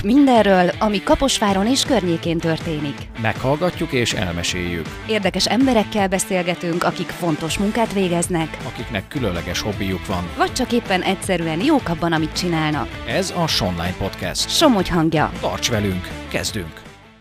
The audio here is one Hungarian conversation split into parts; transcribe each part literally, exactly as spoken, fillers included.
mindenről, ami Kaposváron és környékén történik. Meghallgatjuk és elmeséljük. Érdekes emberekkel beszélgetünk, akik fontos munkát végeznek, Akiknek különleges hobbijuk van. vagy csak éppen egyszerűen jók abban, amit csinálnak. Ez a Sonline Podcast. Somogy hangja. Tarts velünk, kezdünk!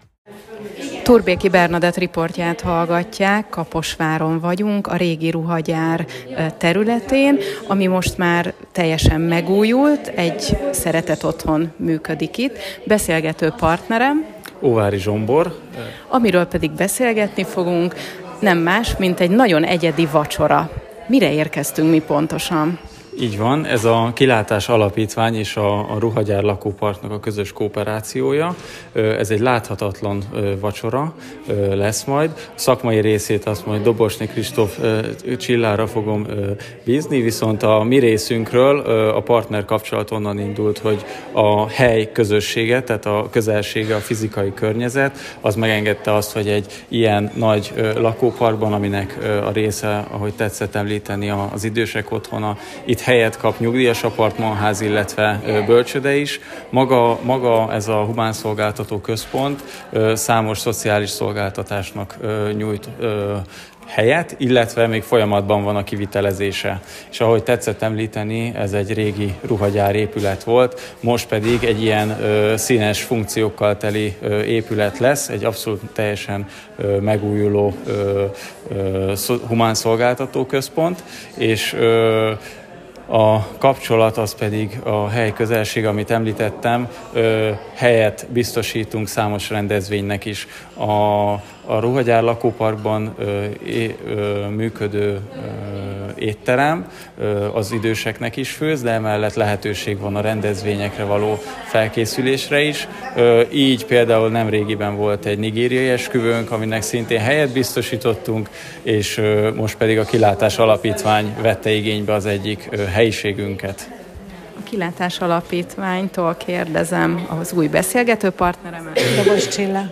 Turbéki Bernadett riportját hallgatják, Kaposváron vagyunk, a régi ruhagyár területén, ami most már teljesen megújult, egy szeretett otthon működik itt. Beszélgető partnerem, Óvári Zsombor. Amiről pedig beszélgetni fogunk, nem más, mint egy nagyon egyedi vacsora. Mire érkeztünk mi pontosan? Így van, ez a Kilátás Alapítvány és a, a Ruhagyár Lakóparknak a közös kooperációja. Ez egy láthatatlan vacsora lesz majd. A szakmai részét azt majd Dobosné Kristóf Csillára fogom bízni, viszont a mi részünkről a partner kapcsolat onnan indult, hogy a hely közössége, tehát a közelsége, a fizikai környezet, az megengedte azt, hogy egy ilyen nagy lakóparkban, aminek a része, ahogy tetszett említeni, az idősek otthona, itt helyet kap nyugdíjas apartmanház, illetve bölcsőde is. Maga, maga ez a humán szolgáltató központ számos szociális szolgáltatásnak nyújt helyet, illetve még folyamatban van a kivitelezése. És ahogy tetszett említeni, ez egy régi ruhagyár épület volt, most pedig egy ilyen ö, színes funkciókkal teli ö, épület lesz, egy abszolút teljesen ö, megújuló ö, ö, humán szolgáltató központ, és ö, a kapcsolat az pedig a hely közelség, amit említettem, ö, helyet biztosítunk számos rendezvénynek is. A, a Ruhagyár Lakóparkban ö, é, ö, működő ö, étterem ö, az időseknek is főz, de emellett lehetőség van a rendezvényekre való felkészülésre is. Ö, így például nemrégiben volt egy nigériai esküvőnk, aminek szintén helyet biztosítottunk, és ö, most pedig a Kilátás Alapítvány vette igénybe az egyik ö, helyiségünket. A Kilátás Alapítványtól kérdezem az új beszélgető partneremet. Dobos Csilla.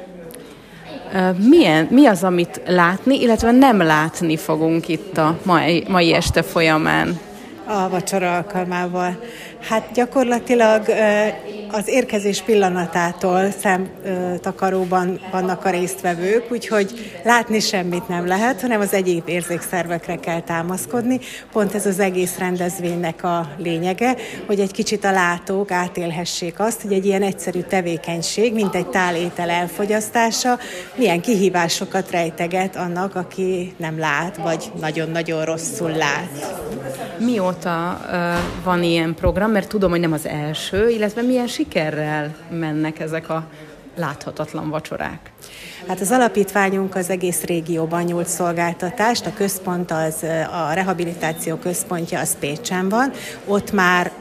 Milyen, mi az, amit látni, illetve nem látni fogunk itt a mai, mai este folyamán? A vacsora alkalmával. Hát gyakorlatilag az érkezés pillanatától szemtakaróban vannak a résztvevők, úgyhogy látni semmit nem lehet, hanem az egyéb érzékszervekre kell támaszkodni. Pont ez az egész rendezvénynek a lényege, hogy egy kicsit a látók átélhessék azt, hogy egy ilyen egyszerű tevékenység, mint egy tálétel elfogyasztása, milyen kihívásokat rejteget annak, aki nem lát, vagy nagyon-nagyon rosszul lát. Mióta uh, van ilyen program, mert tudom, hogy nem az első, illetve milyen sikerrel mennek ezek a láthatatlan vacsorák? Hát az alapítványunk az egész régióban nyújt szolgáltatást, a központ, az, a rehabilitáció központja az Pécsen van, ott már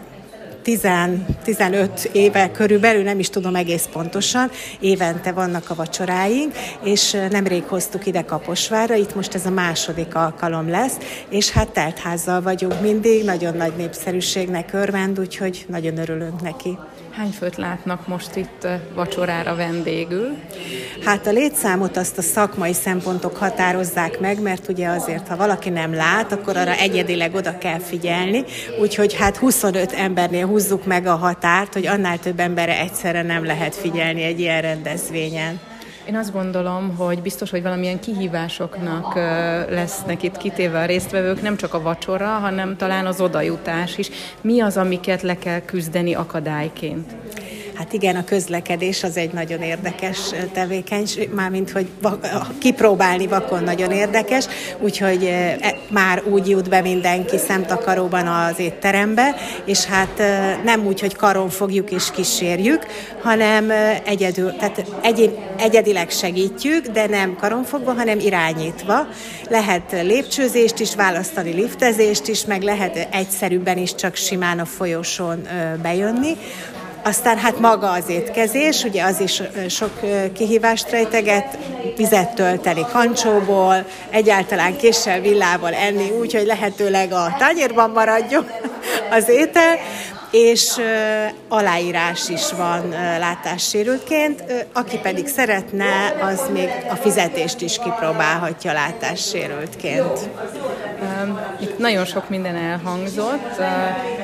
tíz-tizenöt éve körülbelül, nem is tudom egész pontosan, évente vannak a vacsoráink, és nemrég hoztuk ide Kaposvárra, itt most ez a második alkalom lesz, és hát teltházzal vagyunk mindig, nagyon nagy népszerűségnek örvend, úgyhogy nagyon örülünk neki. Hány főt látnak most itt vacsorára vendégül? Hát a létszámot azt a szakmai szempontok határozzák meg, mert ugye azért, ha valaki nem lát, akkor arra egyedileg oda kell figyelni, úgyhogy hát huszonöt embernél húzzuk meg a határt, hogy annál több emberre egyszerre nem lehet figyelni egy ilyen rendezvényen. Én azt gondolom, hogy biztos, hogy valamilyen kihívásoknak lesznek itt kitéve a résztvevők, nem csak a vacsora, hanem talán az odajutás is. Mi az, amiket le kell küzdeni akadályként? Hát igen, a közlekedés az egy nagyon érdekes tevékenység, mármint, hogy kipróbálni vakon nagyon érdekes, úgyhogy e, már úgy jut be mindenki szemtakaróban az étterembe, és hát nem úgy, hogy karon fogjuk és kísérjük, hanem egyedül, tehát egy, egyedileg segítjük, de nem karonfogva, hanem irányítva. Lehet lépcsőzést is választani, liftezést is, meg lehet egyszerűbben is csak simán a folyosón bejönni. Aztán hát maga az étkezés, ugye az is sok kihívást rejteget, vizet tölteni kancsóból, egyáltalán késsel, villával enni úgy, hogy lehetőleg a tányérban maradjon az étel, és uh, aláírás is van uh, látássérültként, uh, aki pedig szeretne, az még a fizetést is kipróbálhatja látássérültként. Itt nagyon sok minden elhangzott.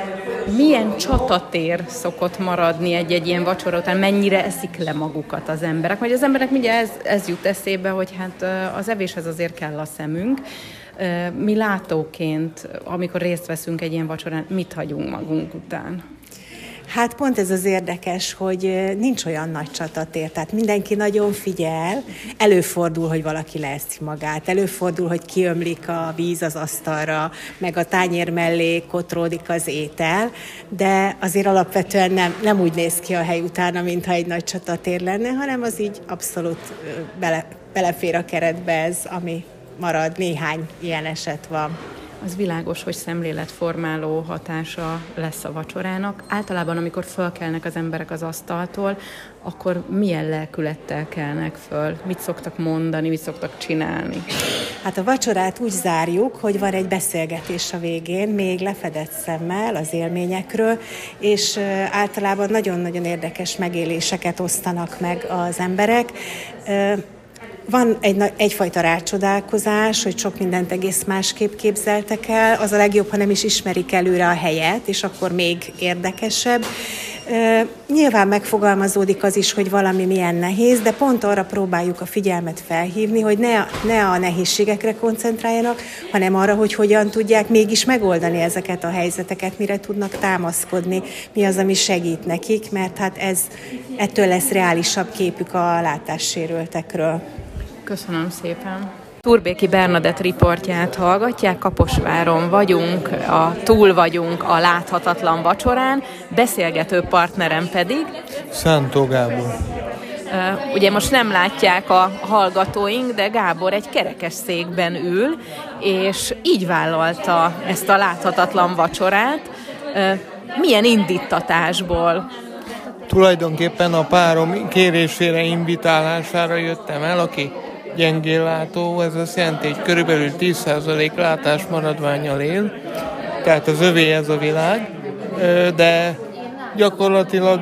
Milyen csatatér szokott maradni egy-egy ilyen vacsora után? Mennyire eszik le magukat az emberek? Vagy az emberek mindjárt ez, ez jut eszébe, hogy hát az evéshez azért kell a szemünk. Mi látóként, amikor részt veszünk egy ilyen vacsorán, mit hagyunk magunk után? Hát pont ez az érdekes, hogy nincs olyan nagy csatatér, tehát mindenki nagyon figyel, előfordul, hogy valaki leeszi magát, előfordul, hogy kiömlik a víz az asztalra, meg a tányér mellé kotródik az étel, de azért alapvetően nem, nem úgy néz ki a hely utána, mintha egy nagy csatatér lenne, hanem az így abszolút bele, belefér a keretbe ez, ami marad, néhány ilyen eset van. Az világos, hogy szemléletformáló hatása lesz a vacsorának. Általában, amikor fölkelnek az emberek az asztaltól, akkor milyen lelkülettel kelnek föl? Mit szoktak mondani, mit szoktak csinálni? Hát a vacsorát úgy zárjuk, hogy van egy beszélgetés a végén, még lefedett szemmel az élményekről, és általában nagyon-nagyon érdekes megéléseket osztanak meg az emberek. Van egy, egyfajta rácsodálkozás, hogy sok mindent egész másképp képzeltek el. Az a legjobb, ha nem is ismerik előre a helyet, és akkor még érdekesebb. E, nyilván megfogalmazódik az is, hogy valami milyen nehéz, de pont arra próbáljuk a figyelmet felhívni, hogy ne, ne a nehézségekre koncentráljanak, hanem arra, hogy hogyan tudják mégis megoldani ezeket a helyzeteket, mire tudnak támaszkodni, mi az, ami segít nekik, mert hát ez, ettől lesz reálisabb képük a látássérültekről. Köszönöm szépen. Turbéki Bernadett riportját hallgatják, Kaposváron vagyunk, a, túl vagyunk a láthatatlan vacsorán, beszélgető partnerem pedig Szántó Gábor. Uh, ugye most nem látják a hallgatóink, de Gábor egy kerekes székben ül, és így vállalta ezt a láthatatlan vacsorát. Uh, milyen indítatásból? Tulajdonképpen a párom kérésére, invitálására jöttem el, aki gyengénlátó, ez azt jelenti, hogy körülbelül tíz százalék látásmaradvánnyal él, tehát az övé ez a világ, de gyakorlatilag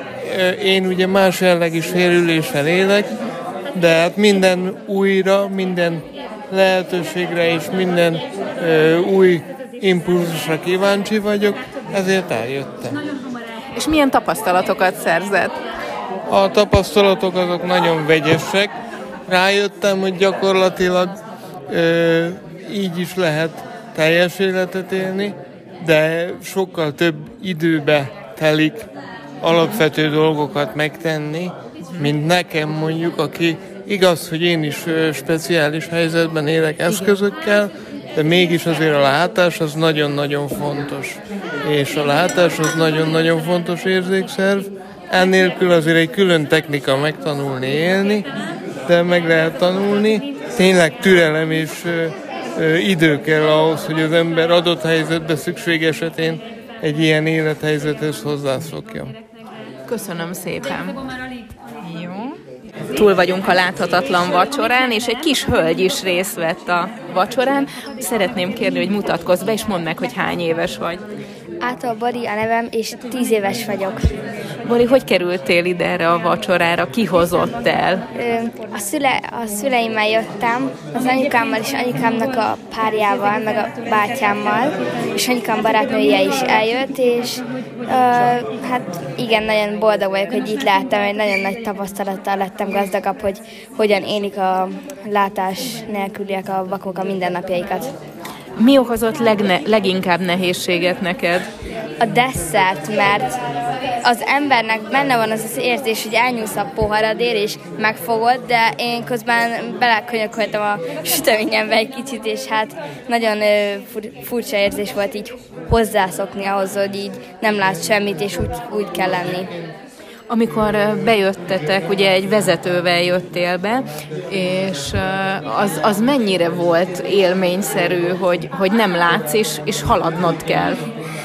én ugye más jellegű sérüléssel élek, de hát minden újra, minden lehetőségre és minden új impulzusra kíváncsi vagyok, ezért eljöttem. És milyen tapasztalatokat szerzett? A tapasztalatok azok nagyon vegyesek. Rájöttem, hogy gyakorlatilag ö, így is lehet teljes életet élni, de sokkal több időbe telik alapvető dolgokat megtenni, mint nekem mondjuk, aki igaz, hogy én is ö, speciális helyzetben élek eszközökkel, de mégis azért a látás az nagyon-nagyon fontos. És a látás az nagyon-nagyon fontos érzékszerv. Ennélkül azért egy külön technika megtanulni élni, de meg lehet tanulni. Tényleg türelem és ö, ö, idő kell ahhoz, hogy az ember adott helyzetben szükség esetén egy ilyen élethelyzethez hozzászokjon. Köszönöm szépen. Jó. Túl vagyunk a láthatatlan vacsorán, és egy kis hölgy is részt vett a vacsorán. Szeretném kérni, hogy mutatkozz be, és mondd meg, hogy hány éves vagy. Átal Bori a nevem, és tíz éves vagyok. Bori, hogy kerültél ide erre a vacsorára? Ki hozott el? A, szüle, a szüleimmel jöttem, az anyukámmal és anyukámnak a párjával, meg a bátyámmal, és anyukám barátnője is eljött, és uh, hát igen, nagyon boldog vagyok, hogy itt láttam, hogy nagyon nagy tapasztalattal lettem gazdagabb, hogy hogyan élik a látás nélküliek, a vakok a mindennapjaikat. Mi okozott legne, leginkább nehézséget neked? A desszert, mert az embernek benne van az az érzés, hogy elnyúlsz a poharadér és megfogod, de én közben belekönyököltem a süteményembe egy kicsit, és hát nagyon furcsa érzés volt így hozzászokni ahhoz, hogy így nem látsz semmit, és úgy, úgy kell lenni. Amikor bejöttetek, ugye egy vezetővel jöttél be, és az, az mennyire volt élményszerű, hogy, hogy nem látsz, és, és haladnod kell?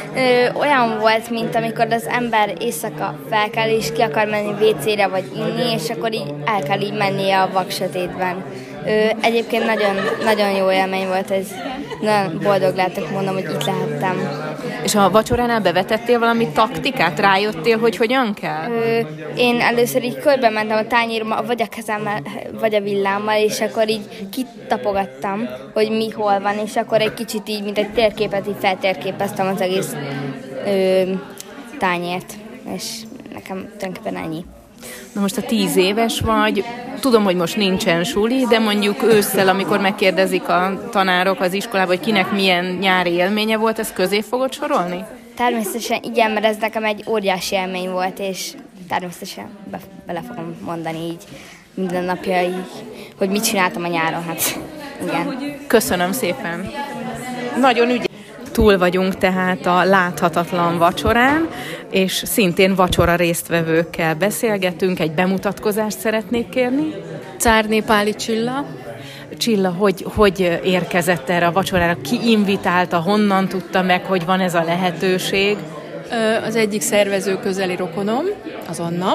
Ö, olyan volt, mint amikor az ember éjszaka felkel, és ki akar menni vécére vagy inni, és akkor így el kell így mennie a vaksötétben. Ö, egyébként nagyon, nagyon jó élmény volt ez. Nagyon boldog lehetek, mondom, hogy itt lehettem. És a vacsoránál bevetettél valami taktikát? Rájöttél, hogy hogyan kell? Ö, én először így körbe mentem a tányérba, vagy a kezemmel, vagy a villámmal, és akkor így kitapogattam, hogy mi hol van, és akkor egy kicsit így, mint egy térképet, így feltérképeztem az egész ö, tányért, és nekem tulajdonképpen ennyi. Na most a tíz éves vagy, tudom, hogy most nincsen suli, de mondjuk ősszel, amikor megkérdezik a tanárok az iskolában, hogy kinek milyen nyári élménye volt, ezt közé fogod sorolni? Természetesen igen, mert ez nekem egy óriási élmény volt, és természetesen be, bele fogom mondani így minden napja, így, hogy mit csináltam a nyáron, hát igen. Köszönöm szépen. Nagyon ügyes. Túl vagyunk tehát a láthatatlan vacsorán, és szintén vacsora résztvevőkkel beszélgetünk. Egy bemutatkozást szeretnék kérni. Czárné Páli Csilla. Csilla, hogy, hogy érkezett erre a vacsorára? Ki invitálta, honnan tudta meg, hogy van ez a lehetőség? Az egyik szervező közeli rokonom, az Anna.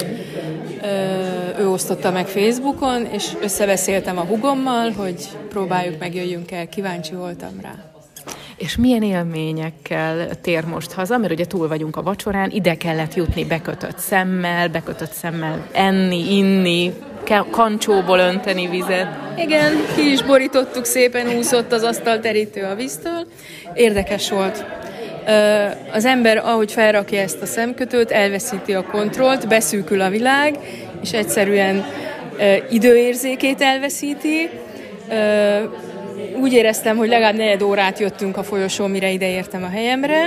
Ő osztotta meg Facebookon, és összebeszéltem a hugommal, hogy próbáljuk meg, jöjjünk el, kíváncsi voltam rá. És milyen élményekkel tér most haza, mert ugye túl vagyunk a vacsorán, ide kellett jutni bekötött szemmel, bekötött szemmel enni, inni, kancsóból önteni vizet. Igen, ki is borítottuk, szépen úszott az asztalterítő a víztől. Érdekes volt. Az ember, ahogy felrakja ezt a szemkötőt, elveszíti a kontrollt, beszűkül a világ, és egyszerűen időérzékét elveszíti. Úgy éreztem, hogy legalább negyed órát jöttünk a folyosón, mire ide értem a helyemre,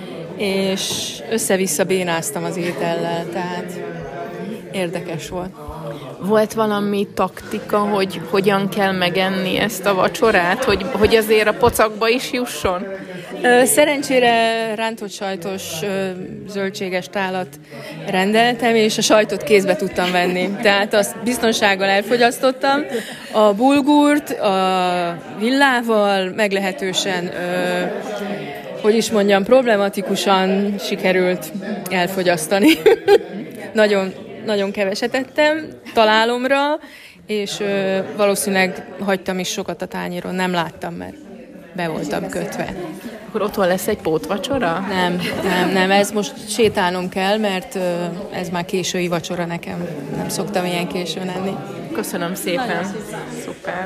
és össze-vissza bénáztam az étellel, tehát érdekes volt. Volt valami taktika, hogy hogyan kell megenni ezt a vacsorát, hogy, hogy azért a pocakba is jusson? Szerencsére rántott sajtos zöldséges tálat rendeltem, és a sajtot kézbe tudtam venni. Tehát azt biztonsággal elfogyasztottam. A bulgurt a villával meglehetősen, hogy is mondjam, problematikusan sikerült elfogyasztani. nagyon, nagyon keveset ettem találomra, és valószínűleg hagytam is sokat a tányéron, nem láttam, mert be voltam kötve. Akkor otthon lesz egy pótvacsora? Nem, nem, nem, ez most sétálnom kell, mert ez már késői vacsora nekem. Nem szoktam ilyen későn enni. Köszönöm szépen. Szuper.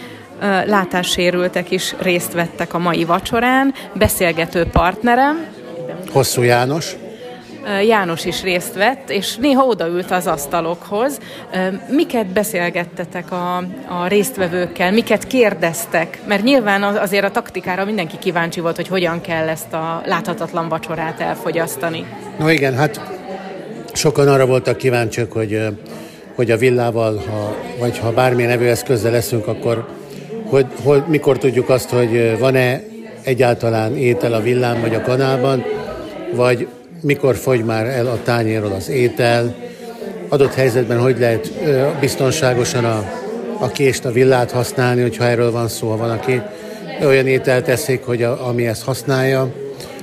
Látássérültek is részt vettek a mai vacsorán. Beszélgető partnerem Hosszú János. János is részt vett, és néha odaült az asztalokhoz. Miket beszélgettetek a, a résztvevőkkel, miket kérdeztek? Mert nyilván azért a taktikára mindenki kíváncsi volt, hogy hogyan kell ezt a láthatatlan vacsorát elfogyasztani. No igen, hát sokan arra voltak kíváncsiak, hogy, hogy a villával, ha, vagy ha bármilyen evőeszközzel leszünk, akkor hogy, hogy, mikor tudjuk azt, hogy van-e egyáltalán étel a villán vagy a kanálban, vagy mikor fogy már el a tányérról az étel, adott helyzetben hogy lehet biztonságosan a, a kést, a villát használni, hogyha erről van szó, ha van, aki olyan ételt eszik, hogy a, ami ezt használja.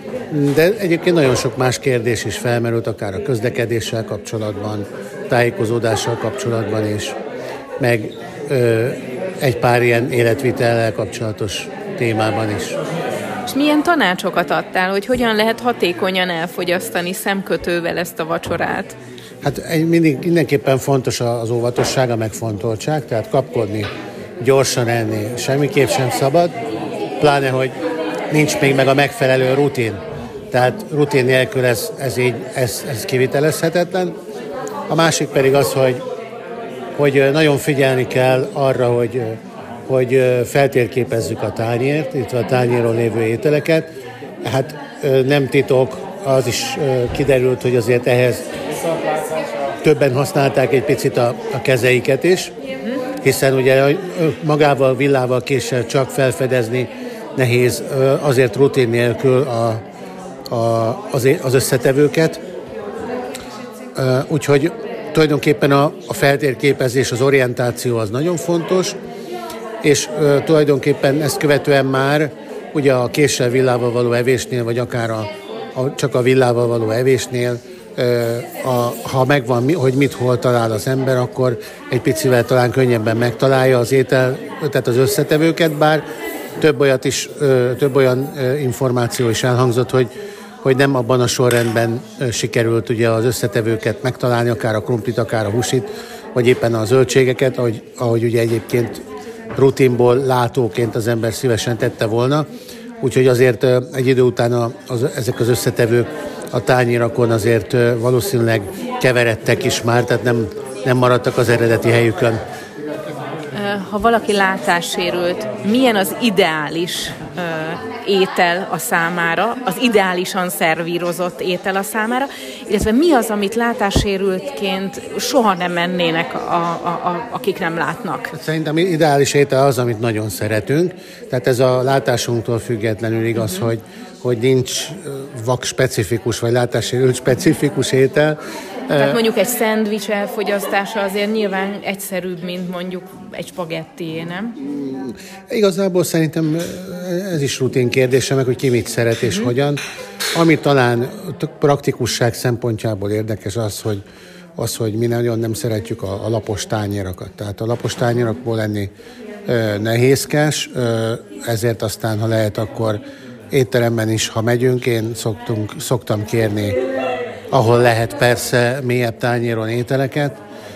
De egyébként nagyon sok más kérdés is felmerült, akár a közlekedéssel kapcsolatban, tájékozódással kapcsolatban is, meg ö, egy pár ilyen életvitellel kapcsolatos témában is. És milyen tanácsokat adtál, hogy hogyan lehet hatékonyan elfogyasztani szemkötővel ezt a vacsorát? Hát mindig, mindenképpen fontos az óvatosság, a megfontoltság, tehát kapkodni, gyorsan enni semmiképp sem szabad, pláne, hogy nincs még meg a megfelelő rutin. Tehát rutin nélkül ez, ez így ez, ez kivitelezhetetlen. A másik pedig az, hogy, hogy nagyon figyelni kell arra, hogy hogy feltérképezzük a tányért, illetve a tányéron lévő ételeket. Hát nem titok, az is kiderült, hogy azért ehhez többen használták egy picit a, a kezeiket is, hiszen ugye magával, villával, késsel csak felfedezni nehéz, azért rutin nélkül a, a, az összetevőket. Úgyhogy tulajdonképpen a, a feltérképezés, az orientáció az nagyon fontos, és uh, tulajdonképpen ezt követően már ugye a késsel, villával való evésnél, vagy akár a, a, csak a villával való evésnél, uh, a, ha megvan, hogy mit hol talál az ember, akkor egy picivel talán könnyebben megtalálja az étel, tehát az összetevőket, bár több olyat is, uh, több olyan uh, információ is elhangzott, hogy, hogy nem abban a sorrendben uh, sikerült ugye az összetevőket megtalálni, akár a krumplit, akár a húsit, vagy éppen a zöldségeket, ahogy, ahogy ugye egyébként rutinból látóként az ember szívesen tette volna, úgyhogy azért egy idő után a, az, ezek az összetevők a tányérakon azért valószínűleg keveredtek is már, tehát nem, nem maradtak az eredeti helyükön. Ha valaki látássérült, milyen az ideális uh, étel a számára, az ideálisan szervírozott étel a számára, illetve mi az, amit látássérültként soha nem mennének, a, a, a, akik nem látnak? Szerintem ideális étel az, amit nagyon szeretünk, tehát ez a látásunktól függetlenül igaz, uh-huh. hogy, hogy nincs vak specifikus, vagy látássérült specifikus étel. Tehát mondjuk egy szendvics elfogyasztása azért nyilván egyszerűbb, mint mondjuk egy spagettié, nem? Igazából szerintem ez is rutin kérdése, meg hogy ki mit szeret és mm-hmm. hogyan. Ami talán praktikusság szempontjából érdekes az, hogy, az, hogy mi nagyon nem szeretjük a, a lapos tányérakat. Tehát a lapos tányérakból lenni ö, nehézkes, ö, ezért aztán, ha lehet, akkor étteremben is, ha megyünk, én szoktunk, szoktam kérni, ahol lehet persze mélyebb tányéron ételeket.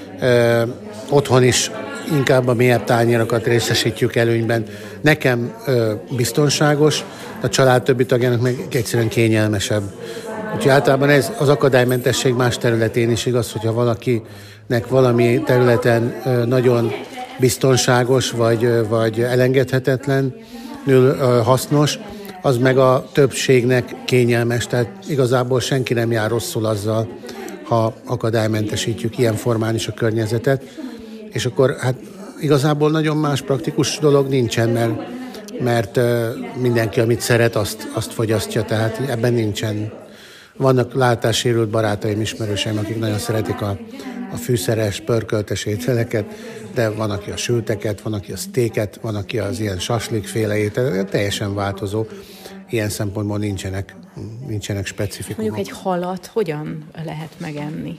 Ö, otthon is inkább a mélyebb tányérokat részesítjük előnyben. Nekem ö, biztonságos, a család többi tagjának meg egyszerűen kényelmesebb. Úgyhogy általában ez az akadálymentesség más területén is igaz, hogyha valakinek valami területen ö, nagyon biztonságos vagy, ö, vagy elengedhetetlen, ö, hasznos, az meg a többségnek kényelmes, tehát igazából senki nem jár rosszul azzal, ha akadálymentesítjük ilyen formán is a környezetet, és akkor hát igazából nagyon más praktikus dolog nincsen, mert, mert mindenki, amit szeret, azt, azt fogyasztja, tehát ebben nincsen. Vannak látássérült barátaim, ismerőseim, akik nagyon szeretik a, a fűszeres, pörköltes ételeket, de van, aki a sülteket, van, aki a sztéket, van, aki az ilyen saslikféle ételeket, teljesen változó. Ilyen szempontból nincsenek, nincsenek specifikumok. Mondjuk egy halat hogyan lehet megenni?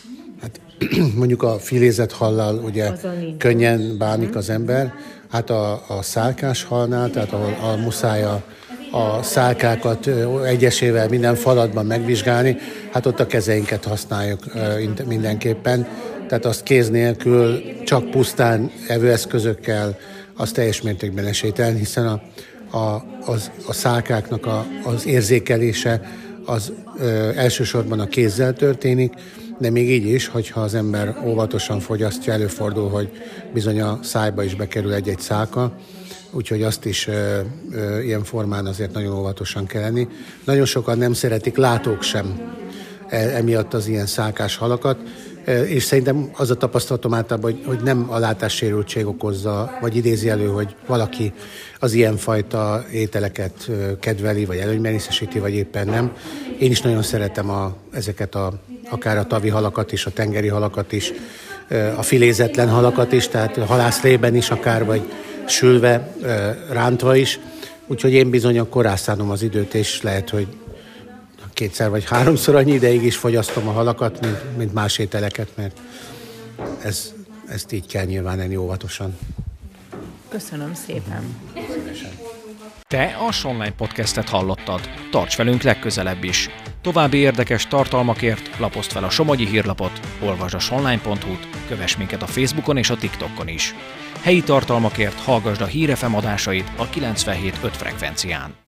Hát mondjuk a filézett hallal ugye könnyen bánik az ember. Hát a, a szálkás halnál, tehát ahol a muszáj a, a szálkákat egyesével minden falatban megvizsgálni, hát ott a kezeinket használjuk mindenképpen. Tehát azt kéz nélkül, csak pusztán evőeszközökkel, az teljes mértékben esélytelen, hiszen a, a, az, a szálkáknak a, az érzékelése az ö, elsősorban a kézzel történik, de még így is, hogyha az ember óvatosan fogyasztja, előfordul, hogy bizony a szájba is bekerül egy-egy szálka, úgyhogy azt is ö, ö, ilyen formán azért nagyon óvatosan kell lenni. Nagyon sokan nem szeretik, látók sem emiatt az ilyen szálkás halakat, és szerintem az a tapasztalatom általában, hogy, hogy nem a látássérültség okozza, vagy idézi elő, hogy valaki az ilyenfajta ételeket kedveli, vagy előnyben részesíti, vagy éppen nem. Én is nagyon szeretem a, ezeket a, akár a tavi halakat is, a tengeri halakat is, a filézetlen halakat is, tehát halászlében is akár, vagy sülve, rántva is. Úgyhogy én bizony akkor rászánom az időt, és lehet, hogy kétszer vagy háromszor annyi ideig is fogyasztom a halakat, mint, mint más ételeket, mert ez, ezt így kell nyilván enni óvatosan. Köszönöm szépen. Szívesen. Te a Sonline podcastet hallottad. Tarts velünk legközelebb is. További érdekes tartalmakért lapozd fel a Somogyi hírlapot, olvasd a sonline pont hu-t, kövess minket a Facebookon és a TikTokon is. Helyi tartalmakért hallgasd a Hír ef em adásait a kilencvenhét öt frekvencián.